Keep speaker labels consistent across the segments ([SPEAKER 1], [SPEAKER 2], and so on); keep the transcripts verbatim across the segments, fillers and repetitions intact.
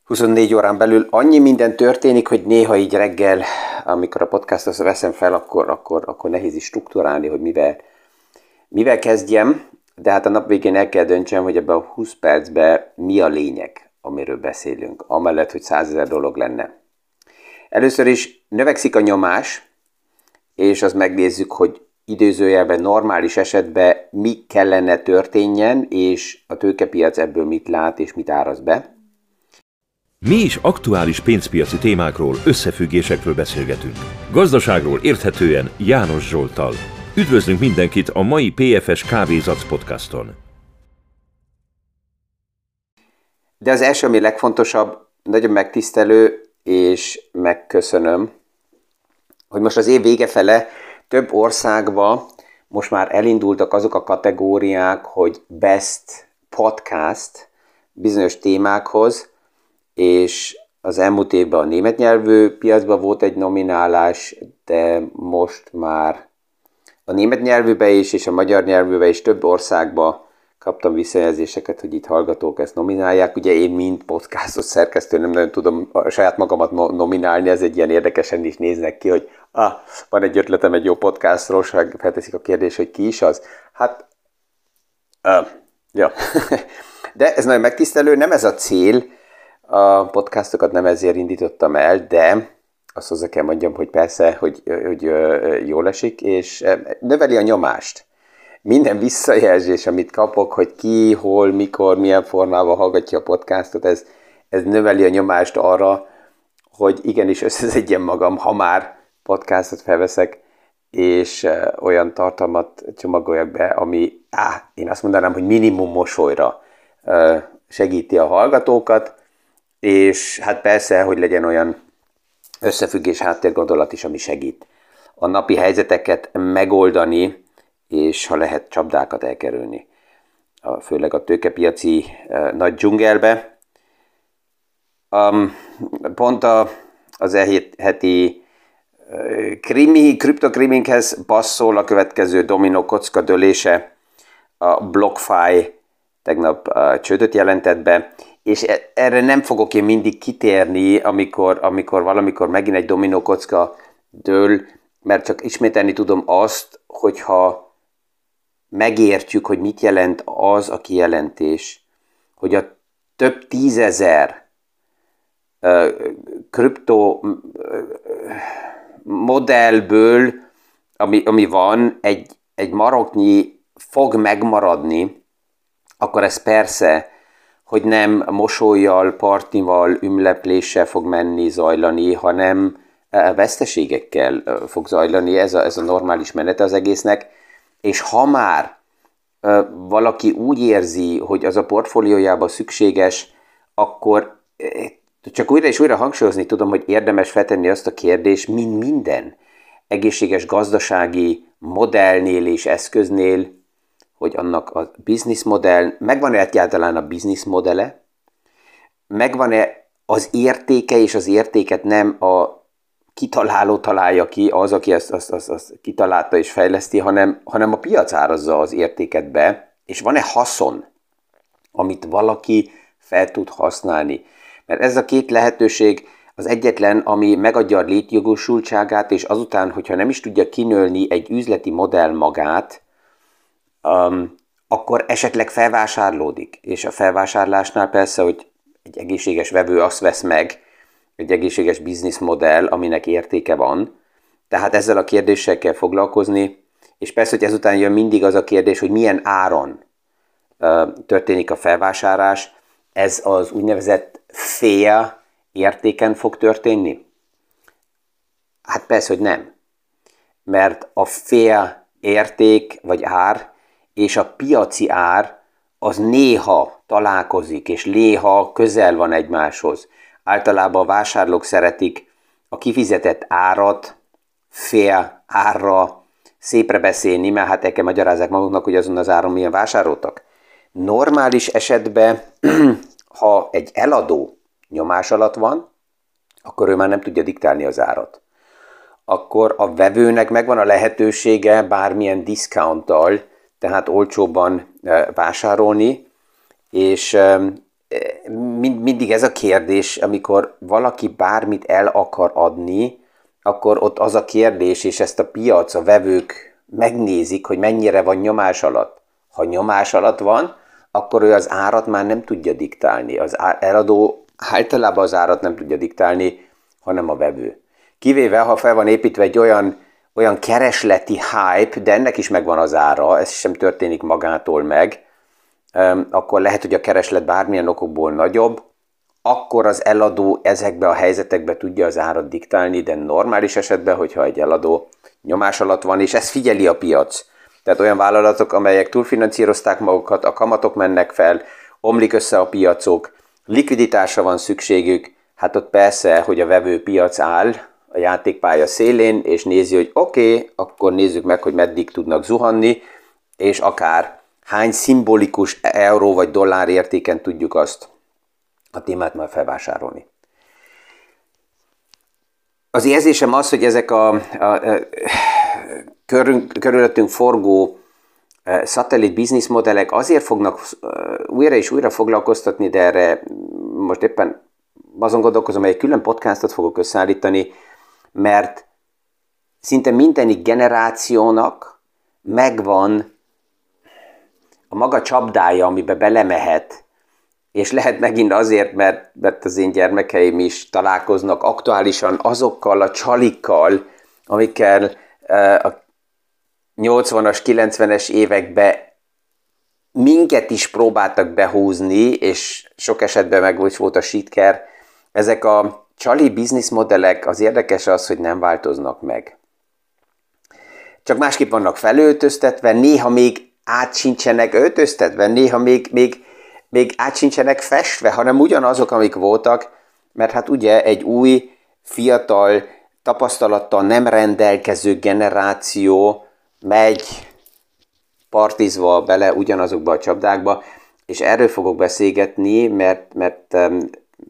[SPEAKER 1] huszonnégy órán belül annyi minden történik, hogy néha így reggel, amikor a podcastot veszem fel, akkor, akkor, akkor nehéz is strukturálni, hogy mivel, mivel kezdjem, de hát a nap végén el kell döntsem, hogy ebben a húsz percben mi a lényeg, amiről beszélünk, amellett, hogy százezer dolog lenne. Először is növekszik a nyomás, és azt megnézzük, hogy időzőjelben normális esetben mi kellene történjen, és a tőkepiac ebből mit lát és mit áraz be.
[SPEAKER 2] Mi is aktuális pénzpiaci témákról, összefüggésekről beszélgetünk. Gazdaságról érthetően János Zsolttal. Üdvözlünk mindenkit a mai pé ef es Kávézac podcaston.
[SPEAKER 1] De az első, ami legfontosabb, nagyon megtisztelő, és megköszönöm, hogy most az év vége fele több országban most már elindultak azok a kategóriák, hogy Best Podcast bizonyos témákhoz, és az elmúlt évben a német nyelvű piacban volt egy nominálás, de most már a német nyelvűbe is, és a magyar nyelvűbe is több országban kaptam visszajelzéseket, hogy itt hallgatók ezt nominálják. Ugye én, mint podcastot szerkesztő, nem nagyon tudom a saját magamat nominálni, ez egy ilyen érdekesen is néznek ki, hogy ah, van egy ötletem egy jó podcastról, és felteszik a kérdés, hogy ki is az. Hát, uh, ja. De ez nagyon megtisztelő, nem ez a cél, a podcastokat nem ezért indítottam el, de azt hozzá kell mondjam, hogy persze, hogy, hogy jól esik, és növeli a nyomást. Minden visszajelzés, amit kapok, hogy ki, hol, mikor, milyen formában hallgatja a podcastot, ez, ez növeli a nyomást arra, hogy igenis összeszedjem magam, ha már podcastot felveszek, és olyan tartalmat csomagoljak be, ami, á, én azt mondanám, hogy minimum mosolyra segíti a hallgatókat, és hát persze, hogy legyen olyan összefüggés, háttérgondolat is, ami segít a napi helyzeteket megoldani, és ha lehet csapdákat elkerülni, főleg a tőkepiaci uh, nagy dzsungelbe. Um, pont a, az e-heti uh, krimi, kriptokriminkhez passzol a következő dominó kocka dőlése. A BlockFi tegnap uh, csődöt jelentett be, és erre nem fogok én mindig kitérni, amikor, amikor valamikor megint egy dominó kocka dől, mert csak ismételni tudom azt, hogyha megértjük, hogy mit jelent az a kijelentés, hogy a több tízezer uh, kripto uh, modellből, ami, ami van, egy, egy maroknyi fog megmaradni, akkor ez persze, hogy nem mosollyal, partival, ümlepléssel fog menni, zajlani, hanem veszteségekkel fog zajlani, ez a, ez a normális menete az egésznek, és ha már ö, valaki úgy érzi, hogy az a portfóliójában szükséges, akkor ö, csak újra és újra hangsúlyozni tudom, hogy érdemes feltenni azt a kérdést, mint minden egészséges gazdasági modellnél és eszköznél, hogy annak a business modell, megvan-e egyáltalán a business modelle, megvan-e az értéke, és az értéket nem a kitaláló találja ki, az, aki ezt, azt, azt, azt kitalálta és fejleszti, hanem, hanem a piac árazza az értéket be, és van-e haszon, amit valaki fel tud használni. Mert ez a két lehetőség az egyetlen, ami megadja a létjogosultságát, és azután, hogyha nem is tudja kinőlni egy üzleti modell magát, um, akkor esetleg felvásárlódik. És a felvásárlásnál persze, hogy egy egészséges vevő azt vesz meg, egy egészséges bizniszmodell, aminek értéke van. Tehát ezzel a kérdéssel kell foglalkozni, és persze, hogy ezután jön mindig az a kérdés, hogy milyen áron uh, történik a felvásárlás. Ez az úgynevezett fair értéken fog történni? Hát persze, hogy nem. Mert a fair érték vagy ár és a piaci ár az néha találkozik, és néha közel van egymáshoz. Általában a vásárlók szeretik a kifizetett árat fél árra szépre beszélni, mert hát el kell magyarázzák maguknak, hogy azon az áron milyen vásároltak. Normális esetben, ha egy eladó nyomás alatt van, akkor ő már nem tudja diktálni az árat. Akkor a vevőnek megvan a lehetősége bármilyen diszkounttal, tehát olcsóbban vásárolni, és mind, mindig ez a kérdés, amikor valaki bármit el akar adni, akkor ott az a kérdés, és ezt a piac, a vevők megnézik, hogy mennyire van nyomás alatt. Ha nyomás alatt van, akkor ő az árat már nem tudja diktálni. Az eladó általában az árat nem tudja diktálni, hanem a vevő. Kivéve, ha fel van építve egy olyan, olyan keresleti hype, de ennek is megvan az ára, ez sem történik magától meg, akkor lehet, hogy a kereslet bármilyen okokból nagyobb, akkor az eladó ezekbe a helyzetekbe tudja az árat diktálni, de normális esetben, hogyha egy eladó nyomás alatt van, és ezt figyeli a piac. Tehát olyan vállalatok, amelyek túlfinanszírozták magukat, a kamatok mennek fel, omlik össze a piacok, likviditásra van szükségük, hát ott persze, hogy a vevő piac áll a játékpálya szélén, és nézi, hogy oké, okay, akkor nézzük meg, hogy meddig tudnak zuhanni, és akár hány szimbolikus euró vagy dollár értéken tudjuk azt a témát már felvásárolni. Az érzésem az, hogy ezek a, a, a körünk, körülöttünk forgó szatellit bizniszmodellek azért fognak újra és újra foglalkoztatni, de erre most éppen azon gondolkozom, hogy egy külön podcastot fogok összeállítani, mert szinte mindenik generációnak megvan a maga csapdája, amibe belemehet, és lehet megint azért, mert, mert az én gyermekeim is találkoznak aktuálisan azokkal a csalikkal, amikkel a nyolcvanas, kilencvenes években minket is próbáltak behúzni, és sok esetben meg volt a siker. Ezek a csali bizniszmodellek, az érdekes az, hogy nem változnak meg. Csak másképp vannak felöltöztetve, néha még át sincsenek öltöztetve, néha még, még, még át sincsenek festve, hanem ugyanazok, amik voltak, mert hát ugye egy új, fiatal, tapasztalattal nem rendelkező generáció megy partizva bele ugyanazokba a csapdákba, és erről fogok beszélgetni, mert, mert um,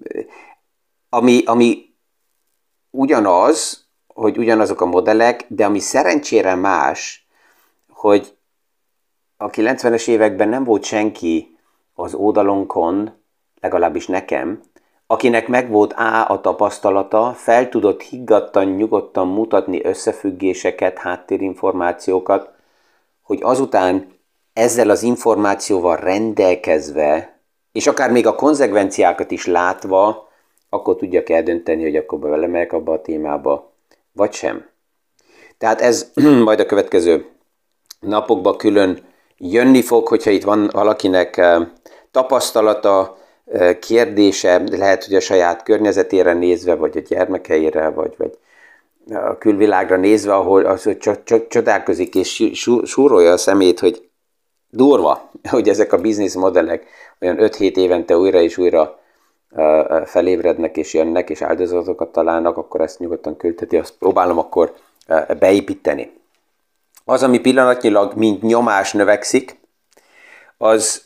[SPEAKER 1] ami, ami ugyanaz, hogy ugyanazok a modellek, de ami szerencsére más, hogy a kilencvenes években nem volt senki az oldalunkon, legalábbis nekem, akinek megvolt A a tapasztalata, fel tudott higgadtan, nyugodtan mutatni összefüggéseket, háttérinformációkat, hogy azután ezzel az információval rendelkezve, és akár még a konzekvenciákat is látva, akkor tudjak eldönteni, hogy akkor belemegyek abba a témába, vagy sem. Tehát ez majd a következő napokban külön jönni fog, hogyha itt van valakinek tapasztalata, kérdése, lehet, hogy a saját környezetére nézve, vagy a gyermekeire, vagy, vagy a külvilágra nézve, ahol az csodálkozik és súrolja a szemét, hogy durva, hogy ezek a bizniszmodellek olyan öt-hét évente újra és újra felébrednek és jönnek, és áldozatokat találnak, akkor ezt nyugodtan küldheti, azt próbálom akkor beépíteni. Az, ami pillanatnyilag mint nyomás növekszik, az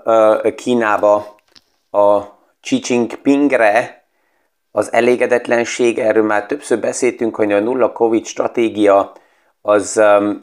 [SPEAKER 1] Kínába a Xi Jinpingre az elégedetlenség, erről már többször beszéltünk, hogy a nulla Covid stratégia az um,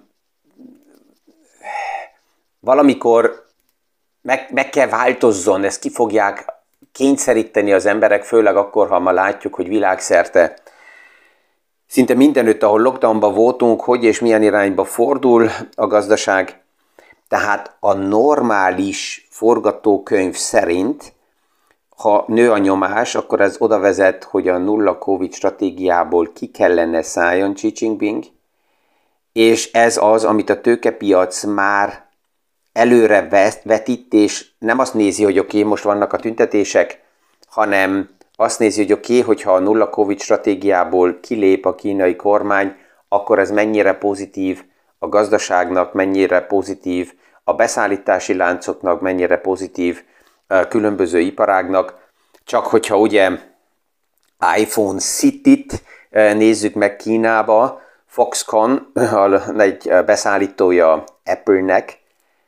[SPEAKER 1] valamikor meg, meg kell változzon, ezt ki fogják kényszeríteni az emberek, főleg akkor, ha ma látjuk, hogy világszerte szinte mindenütt, ahol lockdownban voltunk, hogy és milyen irányba fordul a gazdaság. Tehát a normális forgatókönyv szerint, ha nő a nyomás, akkor ez oda vezet, hogy a nulla Covid stratégiából ki kellene szálljon Xi Jinping, és ez az, amit a tőkepiac már előre vetít, és nem azt nézi, hogy oké, okay, most vannak a tüntetések, hanem azt nézi, hogy oké, okay, hogyha a nulla Covid stratégiából kilép a kínai kormány, akkor ez mennyire pozitív a gazdaságnak, mennyire pozitív a beszállítási láncoknak, mennyire pozitív különböző iparágnak. Csak hogyha ugye iPhone City-t nézzük meg Kínába, Foxconn, egy beszállítója Apple-nek,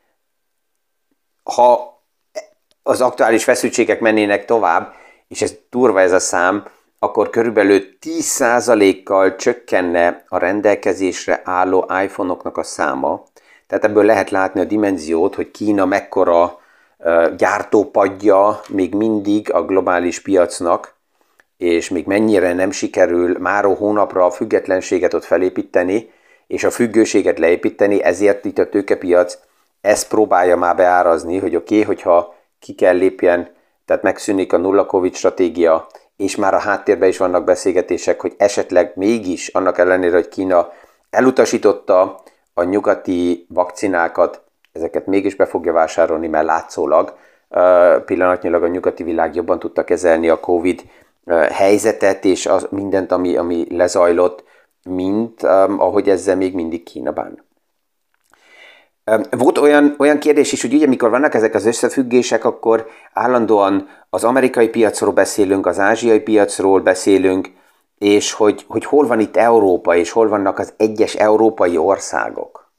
[SPEAKER 1] ha az aktuális feszültségek mennének tovább, és ez durva ez a szám, akkor körülbelül tíz százalékkal csökkenne a rendelkezésre álló iPhone-oknak a száma. Tehát ebből lehet látni a dimenziót, hogy Kína mekkora gyártópadja még mindig a globális piacnak, és még mennyire nem sikerül máró hónapra a függetlenséget ott felépíteni, és a függőséget leépíteni, ezért itt a tőkepiac ezt próbálja már beárazni, hogy oké, okay, hogyha ki kell lépjen, tehát megszűnik a nulla Covid stratégia, és már a háttérben is vannak beszélgetések, hogy esetleg mégis, annak ellenére, hogy Kína elutasította a nyugati vakcinákat, ezeket mégis be fogja vásárolni, mert látszólag pillanatnyilag a nyugati világ jobban tudta kezelni a Covid helyzetet, és az mindent, ami, ami lezajlott, mint um, ahogy ezzel még mindig Kína bán. Um, volt olyan, olyan kérdés is, hogy ugye mikor vannak ezek az összefüggések, akkor állandóan az amerikai piacról beszélünk, az ázsiai piacról beszélünk, és hogy, hogy hol van itt Európa, és hol vannak az egyes európai országok.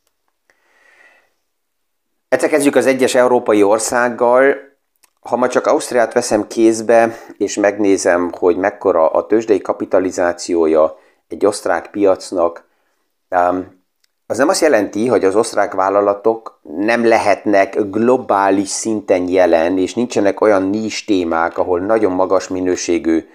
[SPEAKER 1] Egyszer kezdjük az egyes európai országgal. Ha ma csak Ausztriát veszem kézbe, és megnézem, hogy mekkora a tőzsdei kapitalizációja egy osztrák piacnak, az nem azt jelenti, hogy az osztrák vállalatok nem lehetnek globális szinten jelen, és nincsenek olyan nis témák, ahol nagyon magas minőségű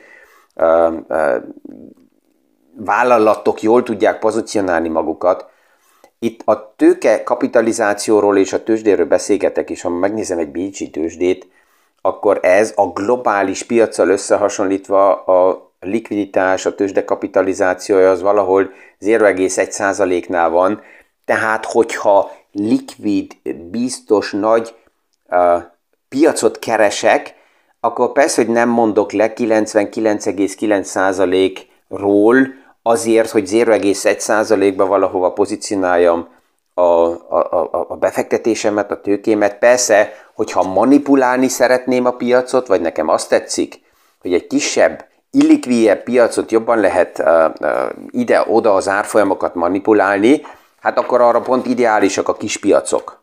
[SPEAKER 1] vállalatok jól tudják pozícionálni magukat. Itt a tőke kapitalizációról és a tőzsdéről beszélgetek, és ha megnézem egy bécsi tőzsdét, akkor ez a globális piaccal összehasonlítva a likviditás, a tőzsde kapitalizációja az valahol zéro egész egy százaléknál van, tehát hogyha likvid, biztos, nagy uh, piacot keresek, akkor persze, hogy nem mondok le kilencvenkilenc egész kilenc százalékról azért, hogy zéro egész egy százalékba valahova pozícionáljam a, a, a, a befektetésemet, a tőkémet. Persze, hogyha manipulálni szeretném a piacot, vagy nekem azt tetszik, hogy egy kisebb, illikvidebb piacot jobban lehet uh, uh, ide-oda az árfolyamokat manipulálni, hát akkor arra pont ideálisak a kis piacok.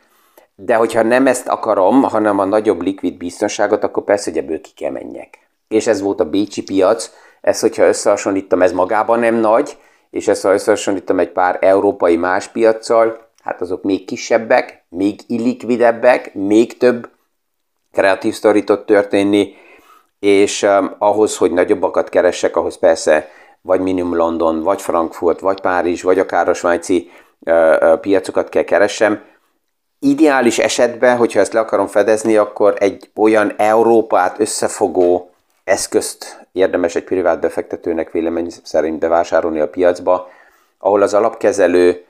[SPEAKER 1] De hogyha nem ezt akarom, hanem a nagyobb likvid biztonságot, akkor persze, hogy ebből ki kell menjek. És ez volt a bécsi piac, ez, hogyha összehasonlítom, ez magában nem nagy, és ezt, ha összehasonlítom egy pár európai más piaccal, hát azok még kisebbek, még illikvidebbek, még több kreatív sztorit tud történni, és um, ahhoz, hogy nagyobbakat keressek, ahhoz persze vagy minimum London, vagy Frankfurt, vagy Párizs, vagy akár a svájci uh, uh, piacokat kell keressem. Ideális esetben, hogyha ezt le akarom fedezni, akkor egy olyan Európát összefogó eszközt érdemes egy privát befektetőnek vélemény szerint bevásárolni a piacba, ahol az alapkezelő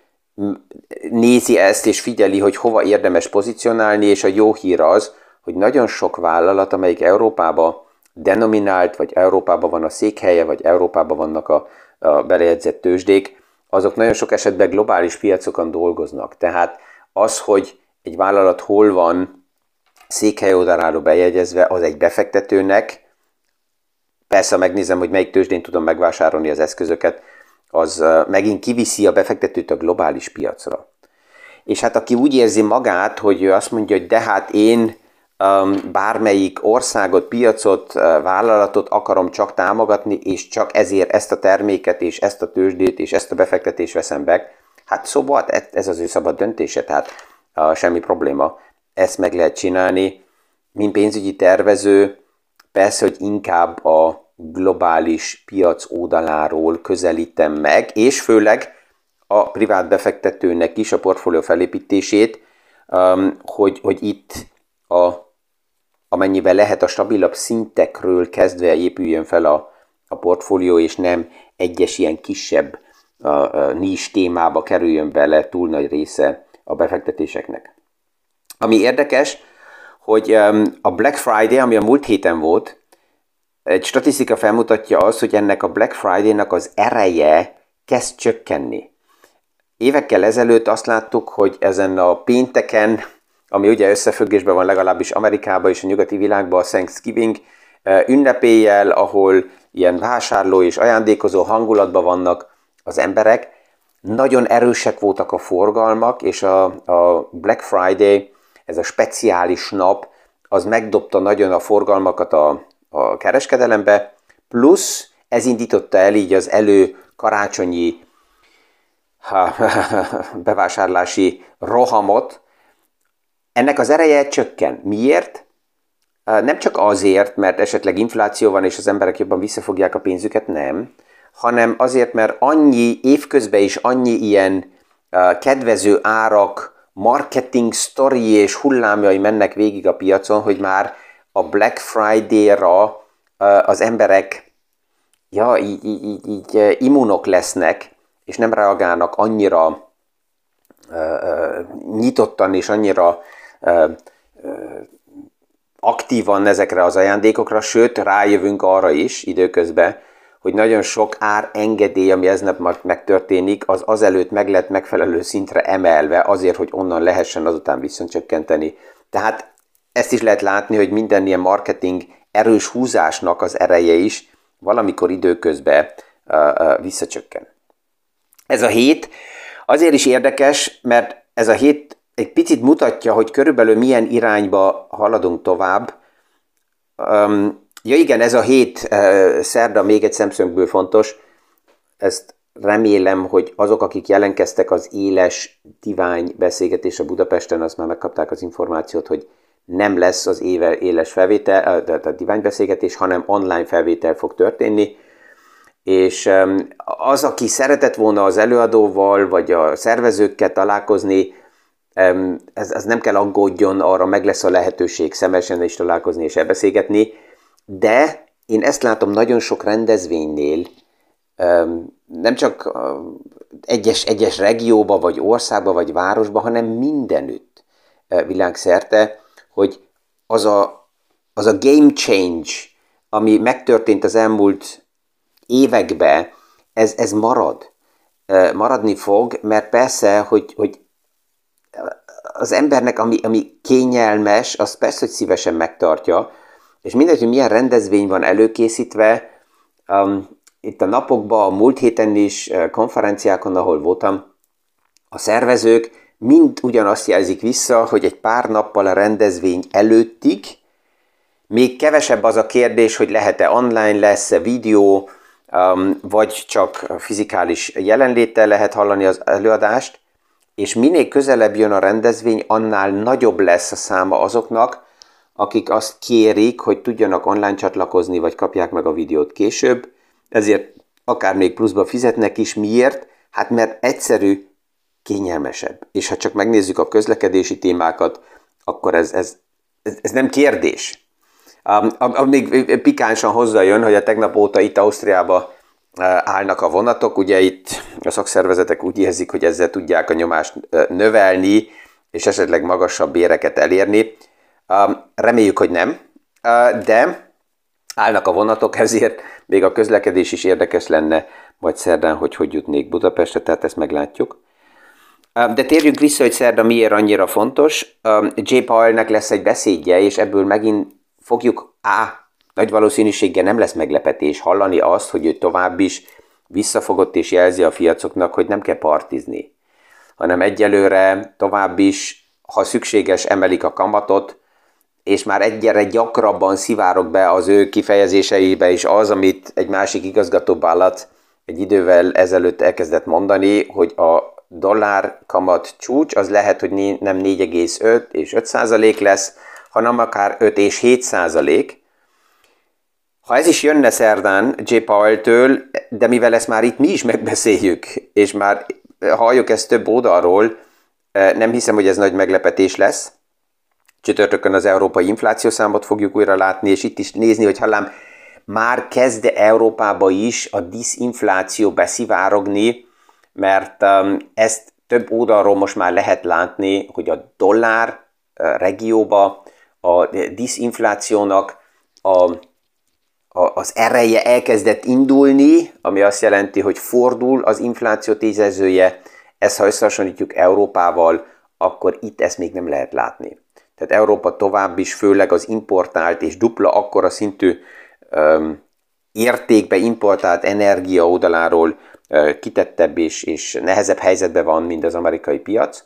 [SPEAKER 1] nézi ezt és figyeli, hogy hova érdemes pozícionálni, és a jó hír az, hogy nagyon sok vállalat, amelyik Európában denominált, vagy Európában van a székhelye, vagy Európában vannak a, a belejegyzett tőzsdék, azok nagyon sok esetben globális piacokon dolgoznak. Tehát az, hogy egy vállalat hol van székhely oldaláról bejegyezve, az egy befektetőnek, persze megnézem, hogy melyik tőzsdén tudom megvásárolni az eszközöket, az megint kiviszi a befektetőt a globális piacra. És hát aki úgy érzi magát, hogy ő azt mondja, hogy de hát én um, bármelyik országot, piacot, vállalatot akarom csak támogatni, és csak ezért ezt a terméket, és ezt a tőzsdét, és ezt a befektetést veszem be, hát szóval ez az ő szabad döntése, tehát uh, semmi probléma. Ezt meg lehet csinálni, mint pénzügyi tervező, persze, hogy inkább a globális piac oldaláról közelítem meg, és főleg a privát befektetőnek is a portfólió felépítését, hogy, hogy itt a, amennyiben lehet a stabilabb szintekről kezdve épüljön fel a, a portfólió, és nem egyes ilyen kisebb a, a nis témába kerüljön bele túl nagy része a befektetéseknek. Ami érdekes, hogy a Black Friday, ami a múlt héten volt, egy statisztika felmutatja azt, hogy ennek a Black Friday-nak az ereje kezd csökkenni. Évekkel ezelőtt azt láttuk, hogy ezen a pénteken, ami ugye összefüggésben van legalábbis Amerikában és a nyugati világban, a Thanksgiving ünnepéjel, ahol ilyen vásárló és ajándékozó hangulatban vannak az emberek, nagyon erősek voltak a forgalmak, és a, a Black Friday, ez a speciális nap, az megdobta nagyon a forgalmakat a, a kereskedelembe, plusz ez indította el így az elő karácsonyi ha, bevásárlási rohamot, ennek az ereje csökken. Miért? Nem csak azért, mert esetleg infláció van, és az emberek jobban visszafogják a pénzüket, nem, hanem azért, mert annyi évközben is annyi ilyen uh, kedvező árak, marketing sztori és hullámjai mennek végig a piacon, hogy már a Black Friday-ra uh, az emberek ja, így, így, így, így uh, immunok lesznek, és nem reagálnak annyira uh, uh, nyitottan és annyira uh, uh, aktívan ezekre az ajándékokra, sőt, rájövünk arra is időközben, hogy nagyon sok árengedély, ami eznap megtörténik, az azelőtt meg lett megfelelő szintre emelve azért, hogy onnan lehessen azután viszont csökkenteni. Tehát ezt is lehet látni, hogy minden ilyen marketing erős húzásnak az ereje is valamikor időközben uh, uh, visszacsökken. Ez a hét azért is érdekes, mert ez a hét egy picit mutatja, hogy körülbelül milyen irányba haladunk tovább. Um, ja igen, ez a hét uh, szerda még egy szemszögből fontos. Ezt remélem, hogy azok, akik jelentkeztek az éles divány beszélgetésre Budapesten, azt már megkapták az információt, hogy nem lesz az éve éles felvétel, tehát a diványbeszélgetés, hanem online felvétel fog történni. És um, az, aki szeretett volna az előadóval, vagy a szervezőkkel találkozni, Ez, ez nem kell aggódjon, arra meg lesz a lehetőség szemesen is találkozni és elbeszélgetni, de én ezt látom nagyon sok rendezvénynél, nem csak egyes, egyes regióba, vagy országba, vagy városba, hanem mindenütt világszerte, hogy az a, az a game change, ami megtörtént az elmúlt években, ez, ez marad. Maradni fog, mert persze, hogy, hogy az embernek, ami, ami kényelmes, az persze, hogy szívesen megtartja, és mindegy, hogy milyen rendezvény van előkészítve, um, itt a napokban, a múlt héten is konferenciákon, ahol voltam, a szervezők mind ugyanazt jelzik vissza, hogy egy pár nappal a rendezvény előttig még kevesebb az a kérdés, hogy lehet-e online, lesz-e videó, um, vagy csak fizikális jelenléttel lehet hallani az előadást, és minél közelebb jön a rendezvény, annál nagyobb lesz a száma azoknak, akik azt kérik, hogy tudjanak online csatlakozni, vagy kapják meg a videót később, ezért akár még pluszba fizetnek is. Miért? Hát mert egyszerű, kényelmesebb. És ha csak megnézzük a közlekedési témákat, akkor ez, ez, ez, ez nem kérdés. Um, még pikánsan hozzájön, hogy a tegnap óta itt Ausztriában állnak a vonatok, ugye itt a szakszervezetek úgy érzik, hogy ezzel tudják a nyomást növelni, és esetleg magasabb béreket elérni. Reméljük, hogy nem, de állnak a vonatok, ezért még a közlekedés is érdekes lenne, majd szerdán, hogy hogy jutnék Budapestre, tehát ezt meglátjuk. De térjünk vissza, hogy szerda miért annyira fontos. Jay Powellnek lesz egy beszédje, és ebből megint fogjuk á, nagy valószínűséggel nem lesz meglepetés hallani azt, hogy ő tovább is visszafogott és jelzi a piacoknak, hogy nem kell partizni, hanem egyelőre tovább is, ha szükséges, emelik a kamatot, és már egyre gyakrabban szivárog be az ő kifejezéseibe is az, amit egy másik igazgatóvállalat egy idővel ezelőtt elkezdett mondani, hogy a dollár kamat csúcs az lehet, hogy nem négy egész öt és öt százalék lesz, hanem akár öt és hét százalék. Ha ez is jönne szerdán Jay Powell-től, de mivel ezt már itt mi is megbeszéljük, és már halljuk ezt több oldalról, nem hiszem, hogy ez nagy meglepetés lesz. Csütörtökön az európai inflációszámot fogjuk újra látni, és itt is nézni, hogy hallám, már kezd Európába is a diszinfláció beszivárogni, mert um, ezt több oldalról most már lehet látni, hogy a dollár uh, regióba a diszinflációnak a, a, az ereje elkezdett indulni, ami azt jelenti, hogy fordul az infláció tényezője. Ezt ha összehasonlítjuk Európával, akkor itt ezt még nem lehet látni. Tehát Európa tovább is főleg az importált és dupla akkora szintű um, értékbe importált energia oldaláról uh, kitettebb és, és nehezebb helyzetben van, mint az amerikai piac.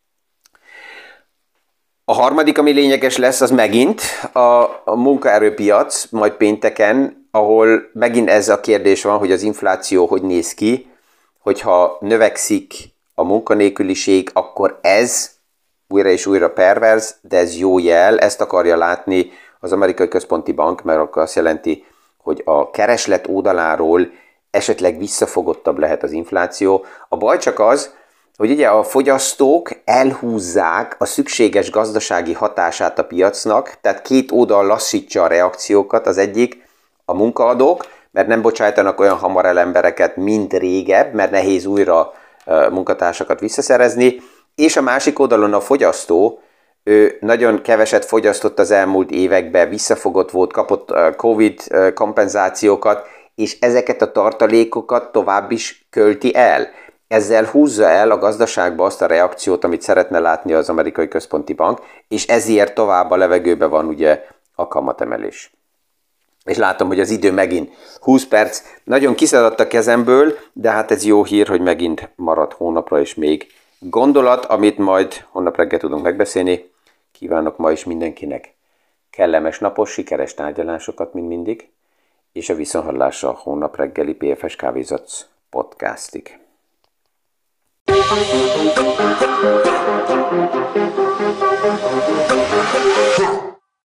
[SPEAKER 1] A harmadik, ami lényeges lesz, az megint a, a munkaerőpiac, majd pénteken, ahol megint ez a kérdés van, hogy az infláció hogy néz ki, hogyha növekszik a munkanélküliség, akkor ez újra és újra perverz, de ez jó jel, ezt akarja látni az Amerikai Központi Bank, mert akkor azt jelenti, hogy a kereslet oldaláról esetleg visszafogottabb lehet az infláció. A baj csak az, hogy ugye a fogyasztók elhúzzák a szükséges gazdasági hatását a piacnak, tehát két oldal lassítsa a reakciókat, az egyik a munkaadók, mert nem bocsájtanak olyan hamar el embereket, mint régebb, mert nehéz újra munkatársakat visszaszerezni, és a másik oldalon a fogyasztó, ő nagyon keveset fogyasztott az elmúlt években, visszafogott volt, kapott Covid kompenzációkat, és ezeket a tartalékokat tovább is költi el. Ezzel húzza el a gazdaságba azt a reakciót, amit szeretne látni az Amerikai Központi Bank, és ezért tovább a levegőben van ugye a kamatemelés. És látom, hogy az idő megint húsz perc, nagyon kiszaladt a kezemből, de hát ez jó hír, hogy megint marad hónapra és még gondolat, amit majd holnap reggel tudunk megbeszélni. Kívánok ma is mindenkinek kellemes napos, sikeres tárgyalásokat, mint mindig, és a viszonthallásra a hónap reggeli pé ef es Kávézac podcastig. Thank you.